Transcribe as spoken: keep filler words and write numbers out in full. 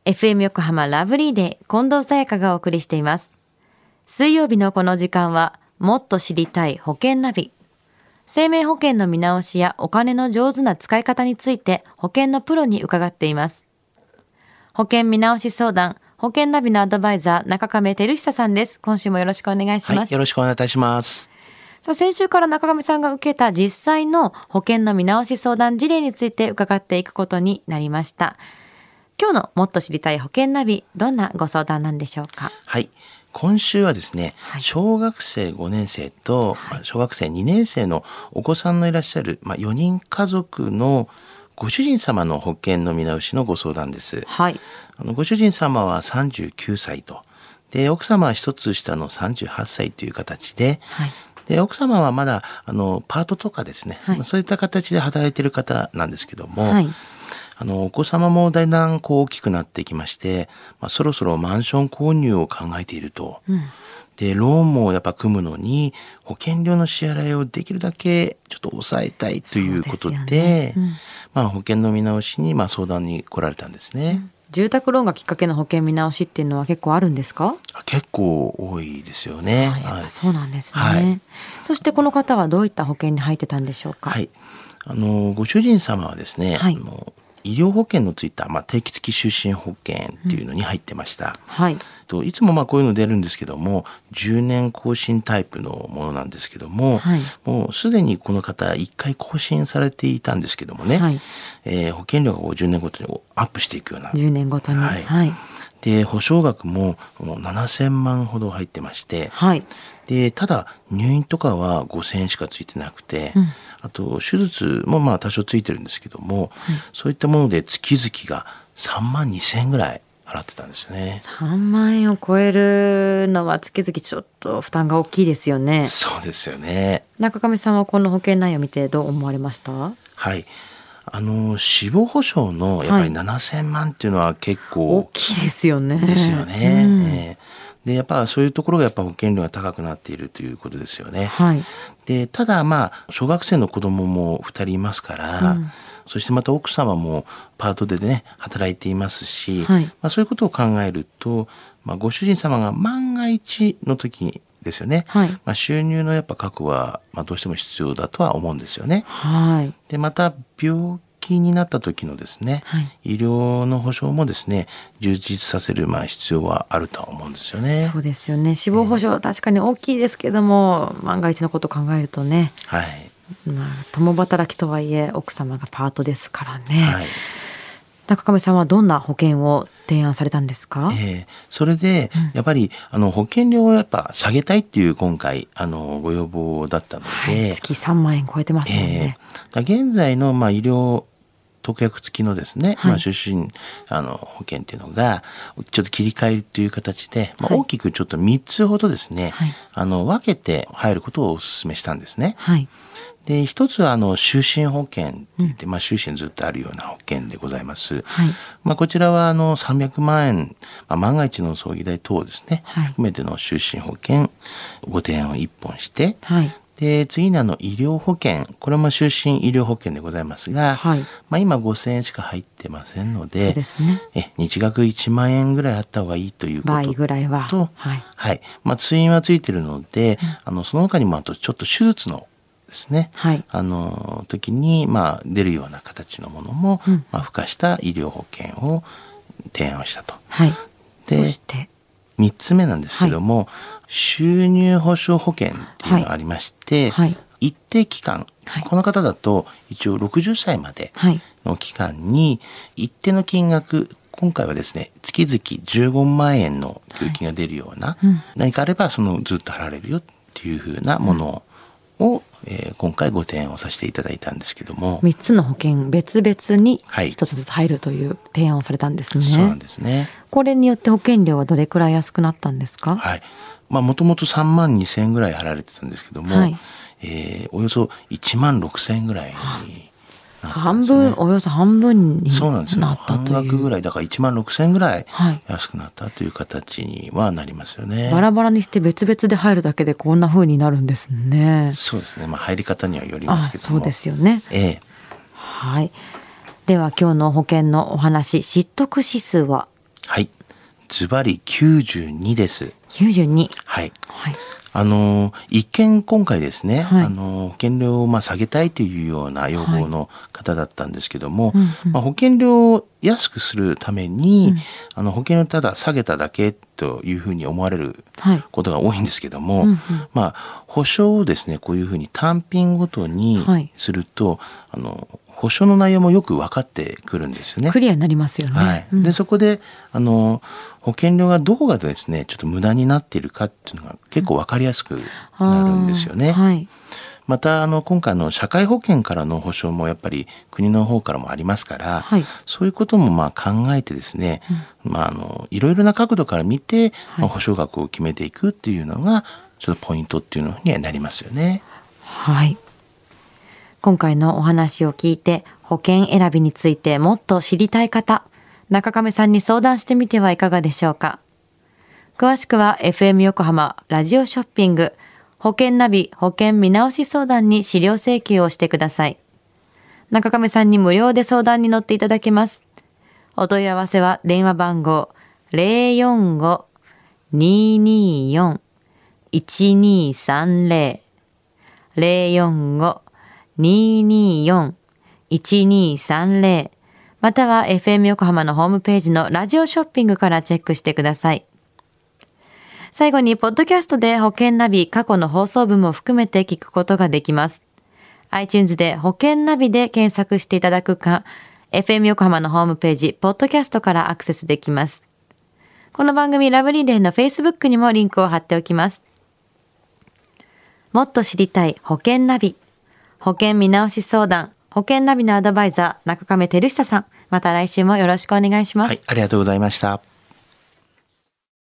エフエム 横浜ラブリーで近藤沙耶香がお送りしています。水曜日のこの時間はもっと知りたい保険ナビ。生命保険の見直しやお金の上手な使い方について保険のプロに伺っています。保険見直し相談、保険ナビのアドバイザー中亀照久さんです。今週もよろしくお願いします。 はい、よろしくお願いいたします。 さあ、先週から中亀さんが受けた実際の保険の見直し相談事例について伺っていくことになりました。今日のもっと知りたい保険ナビ、どんなご相談なんでしょうか。 はい、今週はですね、 はい、 小学生ごねん生と、 はい、 小学生にねん生のお子さんのいらっしゃる、まあ、よにん家族のご主人様の保険の見直しのご相談です。 はい、 あのご主人様はさんじゅうきゅうさいと、で奥様は一つ下のさんじゅうはっさいという形で、 はい、 で奥様はまだあのパートとかですね、 はい、 まあ、そういった形で働いている方なんですけども、 はい、 あのお子様もだんだんこう大きくなってきまして、まあ、そろそろマンション購入を考えていると、うん、でローンもやっぱ組むのに保険料の支払いをできるだけちょっと抑えたいということ で, で、ね、うん、まあ、保険の見直しにまあ相談に来られたんですね。うん、 住宅ローンがきっかけの保険見直しっていうのは結構あるんですか？ 結構多いですよね。 はい、やっぱそうなんですね。 はい、 そしてこの方はどういった保険に入ってたんでしょうか？ はい、あのご主人様はですね、はい、あの医療保険のついた、まあ、定期付き就寝保険っていうのに入ってました。うん、はい、といつもまあこういうの出るんですけども、じゅうねん更新タイプのものなんですけども、はい、もうすでにこの方いっかい更新されていたんですけどもね、はい、えー、保険料がじゅうねんごとにアップしていくような、 じゅうねんごとに、はいはい、 で保証額ももうななせんまんほど入ってまして、はい、でただ入院とかはごせんえんしかついてなくて、うん、あと手術もまあ多少ついてるんですけども、はい、そういったもので月々がさんまんにせんえんぐらい払ってたんですよね。 さんまんえんを超えるのは月々ちょっと負担が大きいですよね。 そうですよね。 中亀さんはこの保険内容を見てどう思われました？ はい、あの死亡保障のやっぱりななせんまんっていうのは結構、 はい、大きいですよね。 ですよね。うん、えー、でやっぱそういうところがやっぱ保険料が高くなっているということですよね。はい、でただまあ小学生の子供もふたりいますから、うん、そしてまた奥様もパートでね働いていますし、はい、まあ、そういうことを考えると、まあ、ご主人様が万が一の時にですよね、はい、まあ、収入のやっぱ確保はまあどうしても必要だとは思うんですよね。はい、でまた病気になった時のですね、はい、医療の保障もですね充実させるまあ必要はあるとは思うんですよね。 そうですよね。死亡保障、えー、確かに大きいですけども、万が一のことを考えるとね、はい、まあ、共働きとはいえ奥様がパートですからね。はい、中亀さんはどんな保険を提案されたんですか？ えー、それで、うん、やっぱりあの保険料をやっぱ下げたいっていう今回あのご要望だったので、はい、 月さんまんえん超えてますもんね。 えー、現在のまあ医療特約付きのですね、はい、まあ、出身あの保険っていうのがちょっと切り替えるという形で、まあ、大きくちょっとみっつほどですね、はい、あの分けて入ることをお勧めしたんですね。はい、で一つはあの就寝保険って言って、うん、まあ、就寝ずっとあるような保険でございます。はい、まあ、こちらはあのさんびゃくまんえん、まあ、万が一の葬儀代等ですね、はい、含めての就寝保険ご提案をいっぽんして、はい、で次にあの医療保険、これも就寝医療保険でございますが、はい、まあ、今ごせんえんしか入ってませんので、そうですね、え日額いちまんえんぐらいあった方がいいということと、 倍ぐらいは、 はいはい、まあ、通院はついてるので、うん、あのその他にもあとちょっと手術のですね、はい、あの時にまあ出るような形のものも、うん、まあ、付加した医療保険を提案をしたと。はい、でそしてみっつめなんですけども、はい、収入保障保険っていうのがありまして、はいはい、一定期間、はい、この方だと一応ろくじゅっさいまでの期間に一定の金額、今回はですね月々じゅうごまんえんの給付金が出るような、はい、うん、何かあればそのずっと払われるよっていうふうなものを、うん、えー、今回ご提案をさせていただいたんですけども、 みっつの保険別々にひとつずつ入るという提案をされたんですね。はい、 そうなんですね。 これによって保険料はどれくらい安くなったんですか？ はい、まあもともとさんまんにせんえんぐらい払われてたんですけども、はい、えー、およそいちまんろくせんえんぐらいになったんですね。 半分、およそ半分になったという。 そうなんですよ。半額ぐらいだからいちまんろくせんえんぐらい安くなったという形にはなりますよね。はい、 バラバラにして別々で入るだけでこんな風になるんですね。 そうですね。まあ入り方にはよりますけども。 あ、そうですよね。 ええ。 はい。では今日の保険のお話、知得指数は？ はい。ズバリきゅうじゅうにです。 きゅうじゅうに。 はい。 はい。 あの、一見今回ですね、 はい、 あの、保険料をまあ下げたいというような要望の方だったんですけども、はいうんうんまあ、保険料を安くするために、うん、あの保険料をただ下げただけというふうに思われることが多いんですけども、はいうんうん、まあ、保証をですね、こういうふうに単品ごとにすると、はい、あの、保証の内容もよく分かってくるんですよね。 クリアになりますよね。 はいうん、でそこであの保険料がどこがですねちょっと無駄になっているかっていうのが結構分かりやすくなるんですよね。はい、またあの今回の社会保険からの保証もやっぱり国の方からもありますから、はい、そういうこともまあ考えてですね、うんまあ、あのいろいろな角度から見て、はいまあ、保証額を決めていくっていうのがちょっとポイントっていうのにはなりますよね。 はい。今回のお話を聞いて保険選びについてもっと知りたい方、中亀さんに相談してみてはいかがでしょうか。詳しくは エフエム 横浜ラジオショッピング保険ナビ保険見直し相談に資料請求をしてください。中亀さんに無料で相談に乗っていただけます。お問い合わせは電話番号 ゼロよんご にーにーよん いちにーさんゼロ ゼロよんご にーにーよん いちにーさんゼロ または エフエム 横浜のホームページのラジオショッピングからチェックしてください。最後にポッドキャストで保険ナビ過去の放送分も含めて聞くことができます。iTunes で保険ナビで検索していただくか エフエム 横浜のホームページポッドキャストからアクセスできます。この番組ラブリーデーの Facebook にもリンクを貼っておきます。もっと知りたい保険ナビ保険見直し相談保険ナビのアドバイザー中亀照久さん、また来週もよろしくお願いします。 はい、ありがとうございました。